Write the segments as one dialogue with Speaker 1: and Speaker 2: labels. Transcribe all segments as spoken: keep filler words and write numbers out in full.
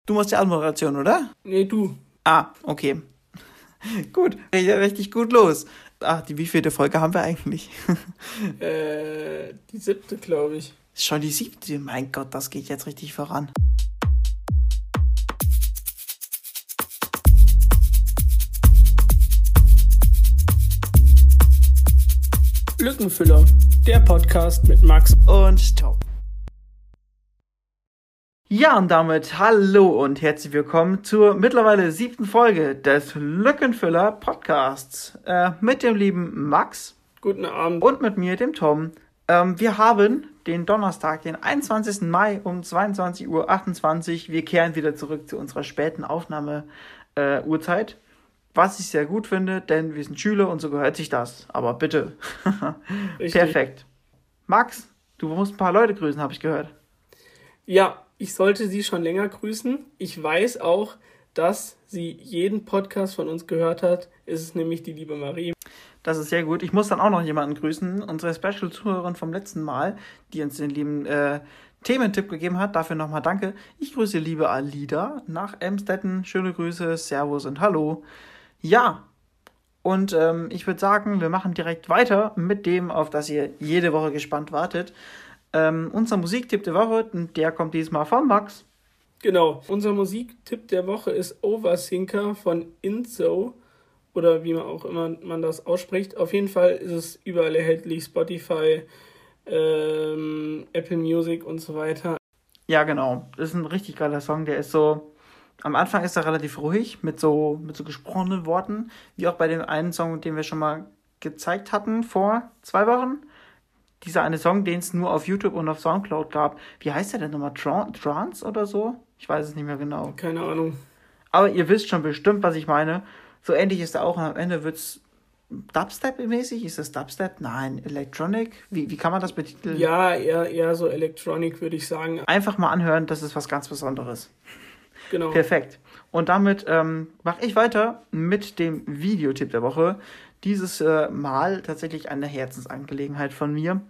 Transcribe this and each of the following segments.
Speaker 1: Du machst die Anmoderation, oder?
Speaker 2: Nee, du.
Speaker 1: Ah, okay. Gut, geht ja richtig gut los. Ach, die wievielte Folge haben wir eigentlich?
Speaker 2: äh, die siebte, glaube ich.
Speaker 1: Ist schon die siebte? Mein Gott, das geht jetzt richtig voran.
Speaker 2: Lückenfüller, der Podcast mit Max
Speaker 1: und Tom. Ja, und damit hallo und herzlich willkommen zur mittlerweile siebten Folge des Lückenfüller Podcasts äh, mit dem lieben Max.
Speaker 2: Guten Abend.
Speaker 1: Und mit mir, dem Tom. Ähm, wir haben den Donnerstag, den einundzwanzigsten Mai um zweiundzwanzig Uhr achtundzwanzig. Wir kehren wieder zurück zu unserer späten Aufnahme-Uhrzeit. Äh, was ich sehr gut finde, denn wir sind Schüler und so gehört sich das. Aber bitte. Perfekt. Max, du musst ein paar Leute grüßen, habe ich gehört.
Speaker 2: Ja, ich sollte sie schon länger grüßen. Ich weiß auch, dass sie jeden Podcast von uns gehört hat. Es ist nämlich die liebe Marie.
Speaker 1: Das ist sehr gut. Ich muss dann auch noch jemanden grüßen. Unsere Special-Zuhörerin vom letzten Mal, die uns den lieben äh, Thementipp gegeben hat. Dafür nochmal danke. Ich grüße liebe Alida nach Emstetten. Schöne Grüße, Servus und Hallo. Ja, und ähm, ich würde sagen, wir machen direkt weiter mit dem, auf das ihr jede Woche gespannt wartet. Ähm, unser Musiktipp der Woche, der kommt diesmal von Max.
Speaker 2: Genau, unser Musiktipp der Woche ist Overthinker von Inzo. Oder wie man auch immer man das ausspricht. Auf jeden Fall ist es überall erhältlich. Spotify, ähm, Apple Music und so weiter.
Speaker 1: Ja, genau. Das ist ein richtig geiler Song. Der ist so... Am Anfang ist er relativ ruhig, mit so, mit so gesprochenen Worten. Wie auch bei dem einen Song, den wir schon mal gezeigt hatten vor zwei Wochen. Dieser eine Song, den es nur auf YouTube und auf Soundcloud gab. Wie heißt der denn nochmal? Trance oder so? Ich weiß es nicht mehr genau.
Speaker 2: Keine Ahnung.
Speaker 1: Aber ihr wisst schon bestimmt, was ich meine. So ähnlich ist er auch und am Ende wird es Dubstep-mäßig. Ist das Dubstep? Nein, Electronic? Wie, wie kann man das betiteln?
Speaker 2: Ja, eher, eher so Electronic, würde ich sagen.
Speaker 1: Einfach mal anhören, das ist was ganz Besonderes.
Speaker 2: Genau.
Speaker 1: Perfekt. Und damit ähm, mache ich weiter mit dem Videotipp der Woche. Dieses äh, Mal tatsächlich eine Herzensangelegenheit von mir.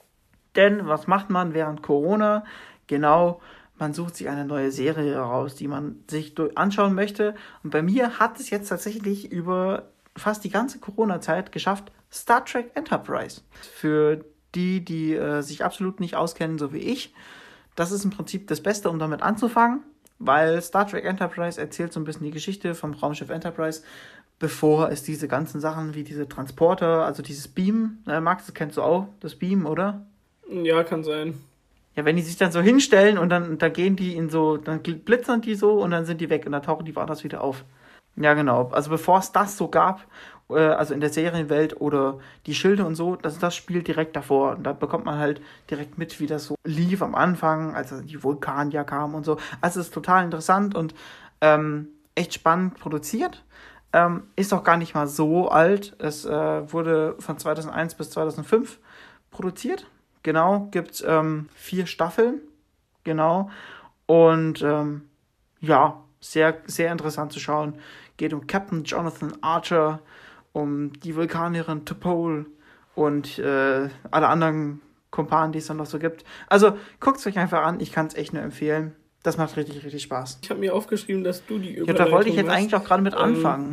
Speaker 1: Denn was macht man während Corona? Genau, man sucht sich eine neue Serie heraus, die man sich anschauen möchte. Und bei mir hat es jetzt tatsächlich über fast die ganze Corona-Zeit geschafft, Star Trek Enterprise. Für die, die äh, sich absolut nicht auskennen, so wie ich, das ist im Prinzip das Beste, um damit anzufangen. Weil Star Trek Enterprise erzählt so ein bisschen die Geschichte vom Raumschiff Enterprise, bevor es diese ganzen Sachen wie diese Transporter, also dieses Beam, äh, Max, das kennst du auch, das Beam, oder?
Speaker 2: Ja, kann sein.
Speaker 1: Ja, wenn die sich dann so hinstellen und dann da gehen die in so, dann blitzern die so und dann sind die weg und dann tauchen die woanders wieder auf. Ja, genau. Also bevor es das so gab, äh, also in der Serienwelt oder die Schilde und so, das, das spielt direkt davor. Und da bekommt man halt direkt mit, wie das so lief am Anfang, als die Vulkanier kamen und so. Also es ist total interessant und ähm, echt spannend produziert. Ähm, ist auch gar nicht mal so alt. Es äh, wurde von zweitausendeins bis zweitausendfünf produziert. Genau, gibt ähm, vier Staffeln. Genau. Und ähm, ja, sehr, sehr interessant zu schauen. Geht um Captain Jonathan Archer, um die Vulkanierin T'Pol und äh, alle anderen Kumpanen, die es dann noch so gibt. Also guckt es euch einfach an, ich kann es echt nur empfehlen. Das macht richtig, richtig Spaß.
Speaker 2: Ich habe mir aufgeschrieben, dass du die Überleitung
Speaker 1: Ja, da wollte ich jetzt
Speaker 2: hast.
Speaker 1: eigentlich auch gerade mit ähm, anfangen.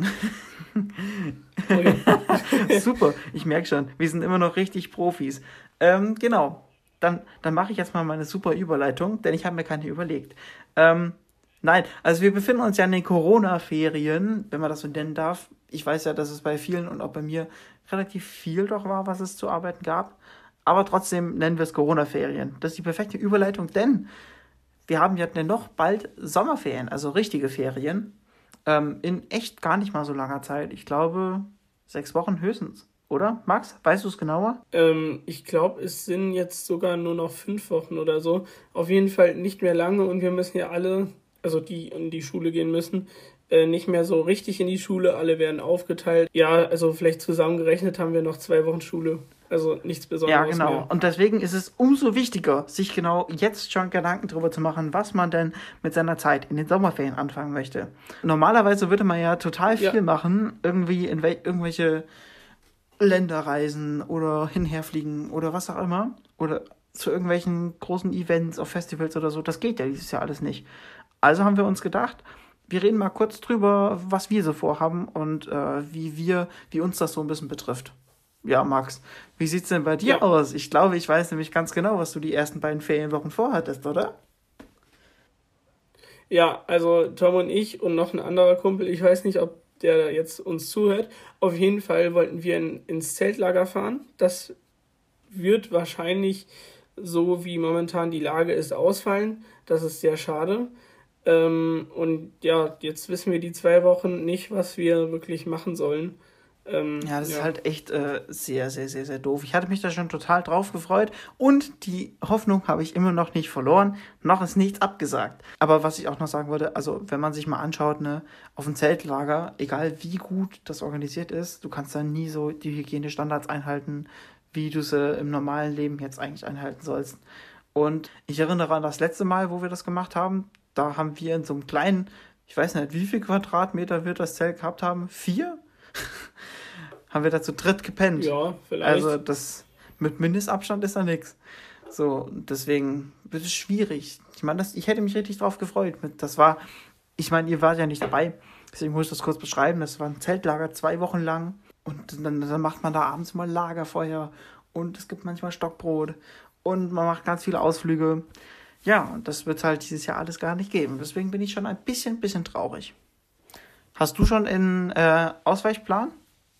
Speaker 1: Okay. Super, ich merke schon, wir sind immer noch richtig Profis. Ähm, genau, dann, dann mache ich jetzt mal meine super Überleitung, denn ich habe mir keine überlegt. Ähm, Nein, also wir befinden uns ja in den Corona-Ferien, wenn man das so nennen darf. Ich weiß ja, dass es bei vielen und auch bei mir relativ viel doch war, was es zu arbeiten gab. Aber trotzdem nennen wir es Corona-Ferien. Das ist die perfekte Überleitung, denn wir haben ja dennoch bald Sommerferien, also richtige Ferien. Ähm, in echt gar nicht mal so langer Zeit. Ich glaube, sechs Wochen höchstens. Oder, Max? Weißt du es genauer?
Speaker 2: Ähm, ich glaube, es sind jetzt sogar nur noch fünf Wochen oder so. Auf jeden Fall nicht mehr lange und wir müssen ja alle... also die in die Schule gehen müssen, äh, nicht mehr so richtig in die Schule, alle werden aufgeteilt. Ja, also vielleicht zusammengerechnet haben wir noch zwei Wochen Schule, also nichts Besonderes
Speaker 1: mehr. Ja, genau.
Speaker 2: Mehr.
Speaker 1: Und deswegen ist es umso wichtiger, sich genau jetzt schon Gedanken darüber zu machen, was man denn mit seiner Zeit in den Sommerferien anfangen möchte. Normalerweise würde man ja total viel ja. machen, irgendwie in wel- irgendwelche Länder reisen oder hinherfliegen oder was auch immer. Oder zu irgendwelchen großen Events auf Festivals oder so. Das geht ja dieses Jahr alles nicht. Also haben wir uns gedacht, wir reden mal kurz drüber, was wir so vorhaben und äh, wie wir, wie uns das so ein bisschen betrifft. Ja, Max, wie sieht's denn bei dir
Speaker 2: Ja.
Speaker 1: aus? Ich glaube, ich weiß nämlich ganz genau, was du die ersten beiden Ferienwochen vorhattest, oder?
Speaker 2: Ja, also Tom und ich und noch ein anderer Kumpel, ich weiß nicht, ob der jetzt uns zuhört. Auf jeden Fall wollten wir in, ins Zeltlager fahren. Das wird wahrscheinlich, so wie momentan die Lage ist, ausfallen. Das ist sehr schade. Ähm, und ja, jetzt wissen wir die zwei Wochen nicht, was wir wirklich machen sollen. Ähm,
Speaker 1: Ja, das ist
Speaker 2: ja.
Speaker 1: halt echt äh, sehr, sehr, sehr, sehr doof. Ich hatte mich da schon total drauf gefreut und die Hoffnung habe ich immer noch nicht verloren. Noch ist nichts abgesagt. Aber was ich auch noch sagen wollte, also wenn man sich mal anschaut, ne, auf dem Zeltlager, egal wie gut das organisiert ist, du kannst da nie so die Hygienestandards einhalten, wie du sie im normalen Leben jetzt eigentlich einhalten sollst. Und ich erinnere an das letzte Mal, wo wir das gemacht haben. Da haben wir in so einem kleinen, ich weiß nicht, wie viel Quadratmeter wir das Zelt gehabt haben? Vier? Haben wir da zu dritt gepennt.
Speaker 2: Ja, vielleicht.
Speaker 1: Also das mit Mindestabstand ist da nichts. So, deswegen wird es schwierig. Ich meine, das, ich hätte mich richtig drauf gefreut. Mit, das war, ich meine, ihr wart ja nicht dabei, deswegen muss ich das kurz beschreiben. Das war ein Zeltlager zwei Wochen lang und dann, dann macht man da abends mal Lagerfeuer und es gibt manchmal Stockbrot und man macht ganz viele Ausflüge. Ja, und das wird es halt dieses Jahr alles gar nicht geben. Deswegen bin ich schon ein bisschen, bisschen traurig. Hast du schon einen äh, Ausweichplan?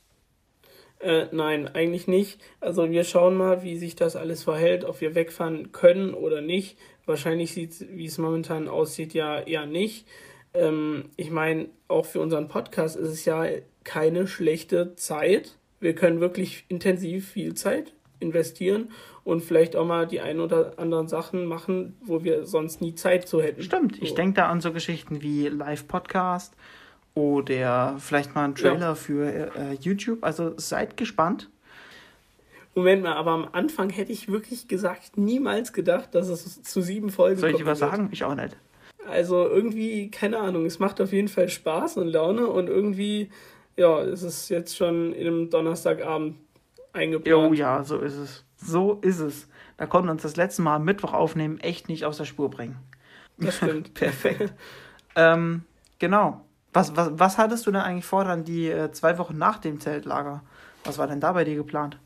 Speaker 2: Äh, nein, eigentlich nicht. Also wir schauen mal, wie sich das alles verhält, ob wir wegfahren können oder nicht. Wahrscheinlich sieht es, wie es momentan aussieht, ja eher nicht. Ähm, ich meine, auch für unseren Podcast ist es ja keine schlechte Zeit. Wir können wirklich intensiv viel Zeit investieren und vielleicht auch mal die ein oder anderen Sachen machen, wo wir sonst nie Zeit zu hätten.
Speaker 1: Stimmt, ich
Speaker 2: So.
Speaker 1: denke da an so Geschichten wie Live-Podcast oder vielleicht mal einen Trailer
Speaker 2: Ja.
Speaker 1: für äh, YouTube. Also seid gespannt.
Speaker 2: Moment mal, aber am Anfang hätte ich wirklich gesagt, niemals gedacht, dass es zu sieben Folgen
Speaker 1: Soll ich
Speaker 2: kommen
Speaker 1: dir was
Speaker 2: wird.
Speaker 1: sagen? Ich auch nicht.
Speaker 2: Also irgendwie, keine Ahnung, es macht auf jeden Fall Spaß und Laune und irgendwie, ja, es ist jetzt schon in einem Donnerstagabend eingeplant.
Speaker 1: Oh ja, so ist es. So ist es. Da konnten wir uns das letzte Mal am Mittwoch aufnehmen echt nicht aus der Spur bringen.
Speaker 2: Das stimmt.
Speaker 1: Perfekt. ähm, genau. Was, was, was hattest du denn eigentlich vor, dann die äh, zwei Wochen nach dem Zeltlager? Was war denn da bei dir geplant?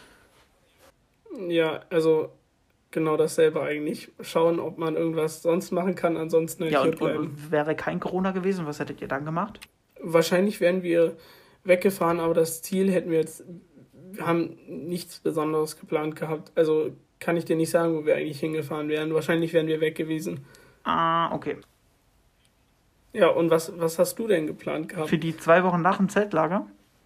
Speaker 2: Ja, also genau dasselbe eigentlich. Schauen, ob man irgendwas sonst machen kann, ansonsten halt
Speaker 1: Ja,
Speaker 2: hier
Speaker 1: und, und,
Speaker 2: bleiben.
Speaker 1: und wäre kein Corona gewesen, was hättet ihr dann gemacht?
Speaker 2: Wahrscheinlich wären wir weggefahren, aber das Ziel hätten wir jetzt, wir haben nichts Besonderes geplant gehabt. Also kann ich dir nicht sagen, wo wir eigentlich hingefahren wären. Wahrscheinlich wären wir weg gewesen.
Speaker 1: Ah, okay.
Speaker 2: Ja, und was, was hast du denn geplant gehabt?
Speaker 1: Für die zwei Wochen nach dem Zeltlager?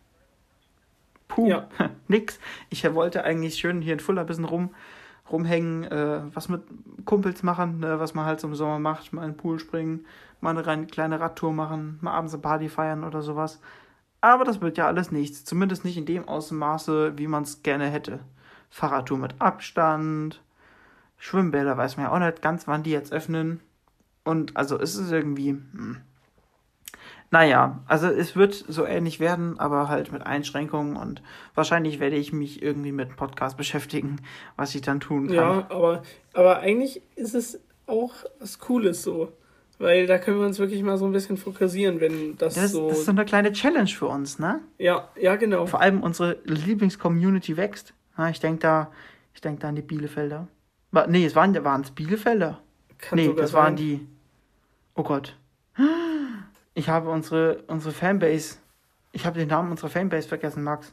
Speaker 1: Puh,
Speaker 2: Ja.
Speaker 1: nix. Ich wollte eigentlich schön hier in Fulda ein bisschen rum, rumhängen, äh, was mit Kumpels machen, ne, was man halt so im Sommer macht, mal in den Pool springen, mal eine rein, kleine Radtour machen, mal abends eine Party feiern oder sowas. Aber das wird ja alles nichts. Zumindest nicht in dem Ausmaße, wie man es gerne hätte. Fahrradtour mit Abstand, Schwimmbäder weiß man ja auch nicht ganz, wann die jetzt öffnen. Und also ist es irgendwie... Hm. Naja, also es wird so ähnlich werden, aber halt mit Einschränkungen und wahrscheinlich werde ich mich irgendwie mit Podcast beschäftigen, was ich dann tun kann.
Speaker 2: Ja, aber, aber eigentlich ist es auch was Cooles so. Weil da können wir uns wirklich mal so ein bisschen fokussieren, wenn das,
Speaker 1: Das,
Speaker 2: so.
Speaker 1: das ist so eine kleine Challenge für uns, ne?
Speaker 2: Ja, ja, genau.
Speaker 1: Vor allem unsere Lieblingscommunity wächst. Ja, ich denke da, ich denk da an die Bielefelder. Wa- Nee, es waren waren es Bielefelder.
Speaker 2: Kann
Speaker 1: Nee,
Speaker 2: sogar
Speaker 1: das waren
Speaker 2: sein.
Speaker 1: die. Oh Gott. Ich habe unsere, unsere Fanbase. Ich habe den Namen unserer Fanbase vergessen, Max.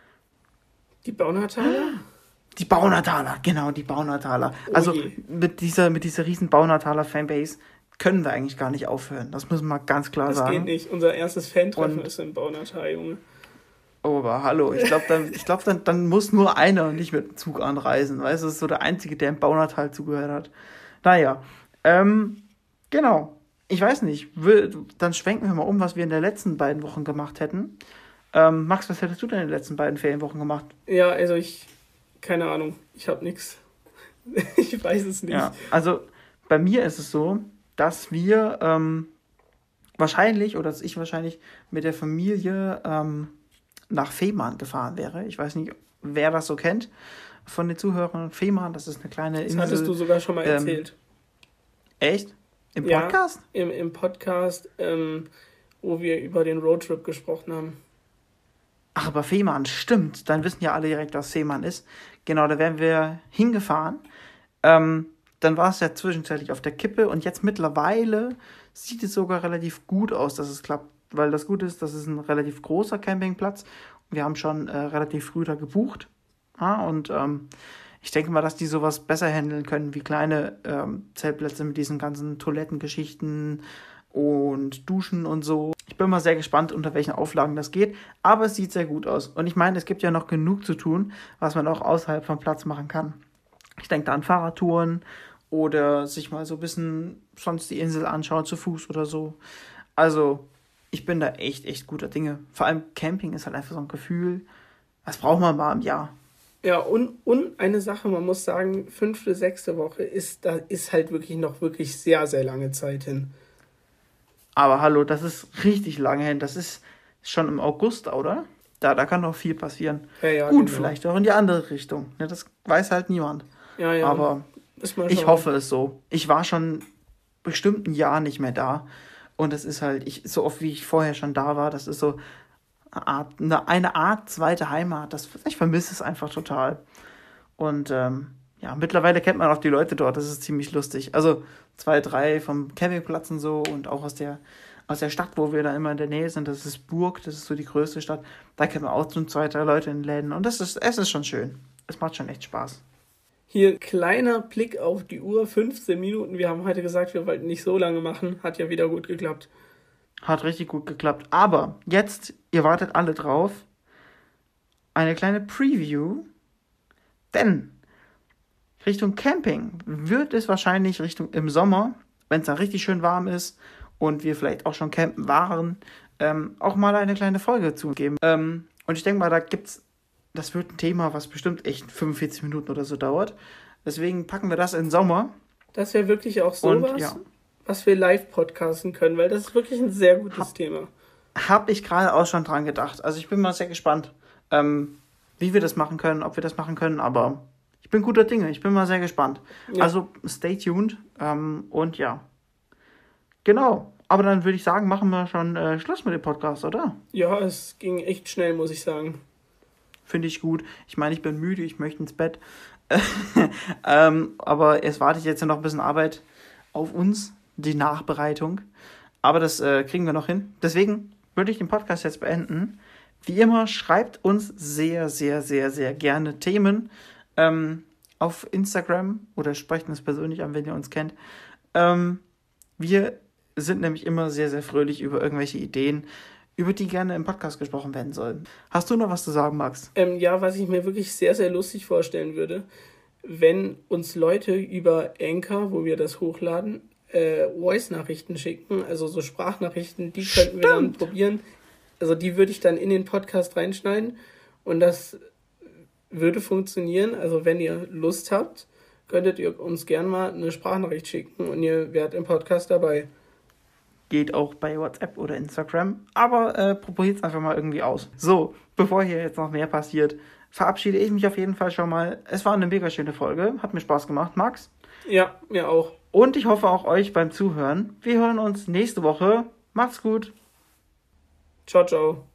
Speaker 2: Die Baunattaler?
Speaker 1: Die Baunataler, genau, die Baunataler.
Speaker 2: Oh
Speaker 1: Also
Speaker 2: je.
Speaker 1: mit dieser, mit dieser riesen Baunataler Fanbase können wir eigentlich gar nicht aufhören. Das müssen wir ganz klar
Speaker 2: Das
Speaker 1: sagen.
Speaker 2: geht nicht. Unser erstes Fan-Treffen
Speaker 1: Und-
Speaker 2: ist im Baunatal, Junge.
Speaker 1: Oh, aber hallo, ich glaube, dann, ich glaub, dann, dann muss nur einer nicht mit dem Zug anreisen. Weißt du, das ist so der Einzige, der im Baunatal zugehört hat. Naja, ähm, genau. Ich weiß nicht, will, dann schwenken wir mal um, was wir in den letzten beiden Wochen gemacht hätten. Ähm, Max, was hättest du denn in den letzten beiden Ferienwochen gemacht?
Speaker 2: Ja, also ich, keine Ahnung, ich hab nix. Ich weiß es nicht.
Speaker 1: Ja, also bei mir ist es so, dass wir ähm, wahrscheinlich, oder dass ich wahrscheinlich mit der Familie ähm, nach Fehmarn gefahren wäre. Ich weiß nicht, wer das so kennt von den Zuhörern. Fehmarn, das ist eine kleine
Speaker 2: Das
Speaker 1: Insel.
Speaker 2: hattest du sogar schon mal
Speaker 1: ähm,
Speaker 2: erzählt.
Speaker 1: Echt? Im Podcast?
Speaker 2: Ja, im, im Podcast, ähm, wo wir über den Roadtrip gesprochen haben.
Speaker 1: Ach, aber Fehmarn, stimmt. Dann wissen ja alle direkt, was Fehmarn ist. Genau, da wären wir hingefahren. Ähm, dann war es ja zwischenzeitlich auf der Kippe und jetzt mittlerweile sieht es sogar relativ gut aus, dass es klappt. Weil das Gute ist, das ist ein relativ großer Campingplatz. Wir haben schon äh, relativ früh da gebucht. Ah, und ähm, ich denke mal, dass die sowas besser handeln können wie kleine ähm, Zeltplätze mit diesen ganzen Toilettengeschichten und Duschen und so. Ich bin mal sehr gespannt, unter welchen Auflagen das geht, aber es sieht sehr gut aus. Und ich meine, es gibt ja noch genug zu tun, was man auch außerhalb vom Platz machen kann. Ich denke da an Fahrradtouren oder sich mal so ein bisschen sonst die Insel anschauen, zu Fuß oder so. Also, ich bin da echt, echt guter Dinge. Vor allem Camping ist halt einfach so ein Gefühl, das braucht man mal im Jahr.
Speaker 2: Ja, und, und eine Sache, man muss sagen, fünfte, sechste Woche ist, da ist halt wirklich noch wirklich sehr, sehr lange Zeit hin.
Speaker 1: Aber hallo, das ist richtig lange hin. Das ist schon im August, oder? Da, da kann noch viel passieren.
Speaker 2: Ja, ja,
Speaker 1: Gut,
Speaker 2: genau.
Speaker 1: vielleicht auch in die andere Richtung. Ne, das weiß halt niemand.
Speaker 2: Ja, ja.
Speaker 1: Aber
Speaker 2: Ist mal
Speaker 1: ich
Speaker 2: schauen.
Speaker 1: hoffe es so. Ich war schon bestimmt ein Jahr nicht mehr da. Und es ist halt, ich, so oft wie ich vorher schon da war, das ist so eine Art, eine, eine Art zweite Heimat. Das, ich vermisse es einfach total. Und ähm, ja, mittlerweile kennt man auch die Leute dort. Das ist ziemlich lustig. Also zwei, drei vom Campingplatz und so und auch aus der, aus der Stadt, wo wir da immer in der Nähe sind. Das ist Burg, das ist so die größte Stadt. Da kennt man auch so zwei, drei Leute in den Läden. Und das ist, es ist schon schön. Es macht schon echt Spaß.
Speaker 2: Hier kleiner Blick auf die Uhr, fünfzehn Minuten. Wir haben heute gesagt, wir wollten nicht so lange machen. Hat ja wieder gut geklappt.
Speaker 1: Hat richtig gut geklappt. Aber jetzt, ihr wartet alle drauf, eine kleine Preview. Denn Richtung Camping wird es wahrscheinlich Richtung im Sommer, wenn es dann richtig schön warm ist und wir vielleicht auch schon campen waren, ähm, auch mal eine kleine Folge zu geben. Ähm, und ich denke mal, da gibt's, das wird ein Thema, was bestimmt echt fünfundvierzig Minuten oder so dauert. Deswegen packen wir das in den Sommer.
Speaker 2: Das wäre wirklich auch sowas,
Speaker 1: Und, ja.
Speaker 2: was wir live podcasten können, weil das ist wirklich ein sehr gutes
Speaker 1: Hab-
Speaker 2: Thema.
Speaker 1: Habe ich gerade auch schon dran gedacht. Also ich bin mal sehr gespannt, ähm, wie wir das machen können, ob wir das machen können, aber ich bin guter Dinge. Ich bin mal sehr gespannt.
Speaker 2: Ja.
Speaker 1: Also stay tuned ähm, und ja. Genau. Aber dann würde ich sagen, machen wir schon äh, Schluss mit dem Podcast, oder?
Speaker 2: Ja, es ging echt schnell, muss ich sagen.
Speaker 1: Finde ich gut. Ich meine, ich bin müde, ich möchte ins Bett. ähm, aber es wartet jetzt noch ein bisschen Arbeit auf uns, die Nachbereitung. Aber das äh, kriegen wir noch hin. Deswegen würde ich den Podcast jetzt beenden. Wie immer, schreibt uns sehr, sehr, sehr, sehr gerne Themen ähm, auf Instagram oder sprecht uns persönlich an, wenn ihr uns kennt. Ähm, wir sind nämlich immer sehr, sehr fröhlich über irgendwelche Ideen, über die gerne im Podcast gesprochen werden sollen. Hast du noch was zu sagen, Max?
Speaker 2: Ähm, ja, was ich mir wirklich sehr, sehr lustig vorstellen würde, wenn uns Leute über Anchor, wo wir das hochladen, äh, Voice-Nachrichten schicken, also so Sprachnachrichten, die könnten wir dann probieren. Also die würde ich dann in den Podcast reinschneiden und das würde funktionieren. Also wenn ihr Lust habt, könntet ihr uns gerne mal eine Sprachnachricht schicken und ihr wärt im Podcast dabei.
Speaker 1: Geht auch bei WhatsApp oder Instagram. Aber äh, probiert es einfach mal irgendwie aus. So, bevor hier jetzt noch mehr passiert, verabschiede ich mich auf jeden Fall schon mal. Es war eine mega schöne Folge. Hat mir Spaß gemacht, Max.
Speaker 2: Ja, mir auch.
Speaker 1: Und ich hoffe auch euch beim Zuhören. Wir hören uns nächste Woche. Macht's gut.
Speaker 2: Ciao, ciao.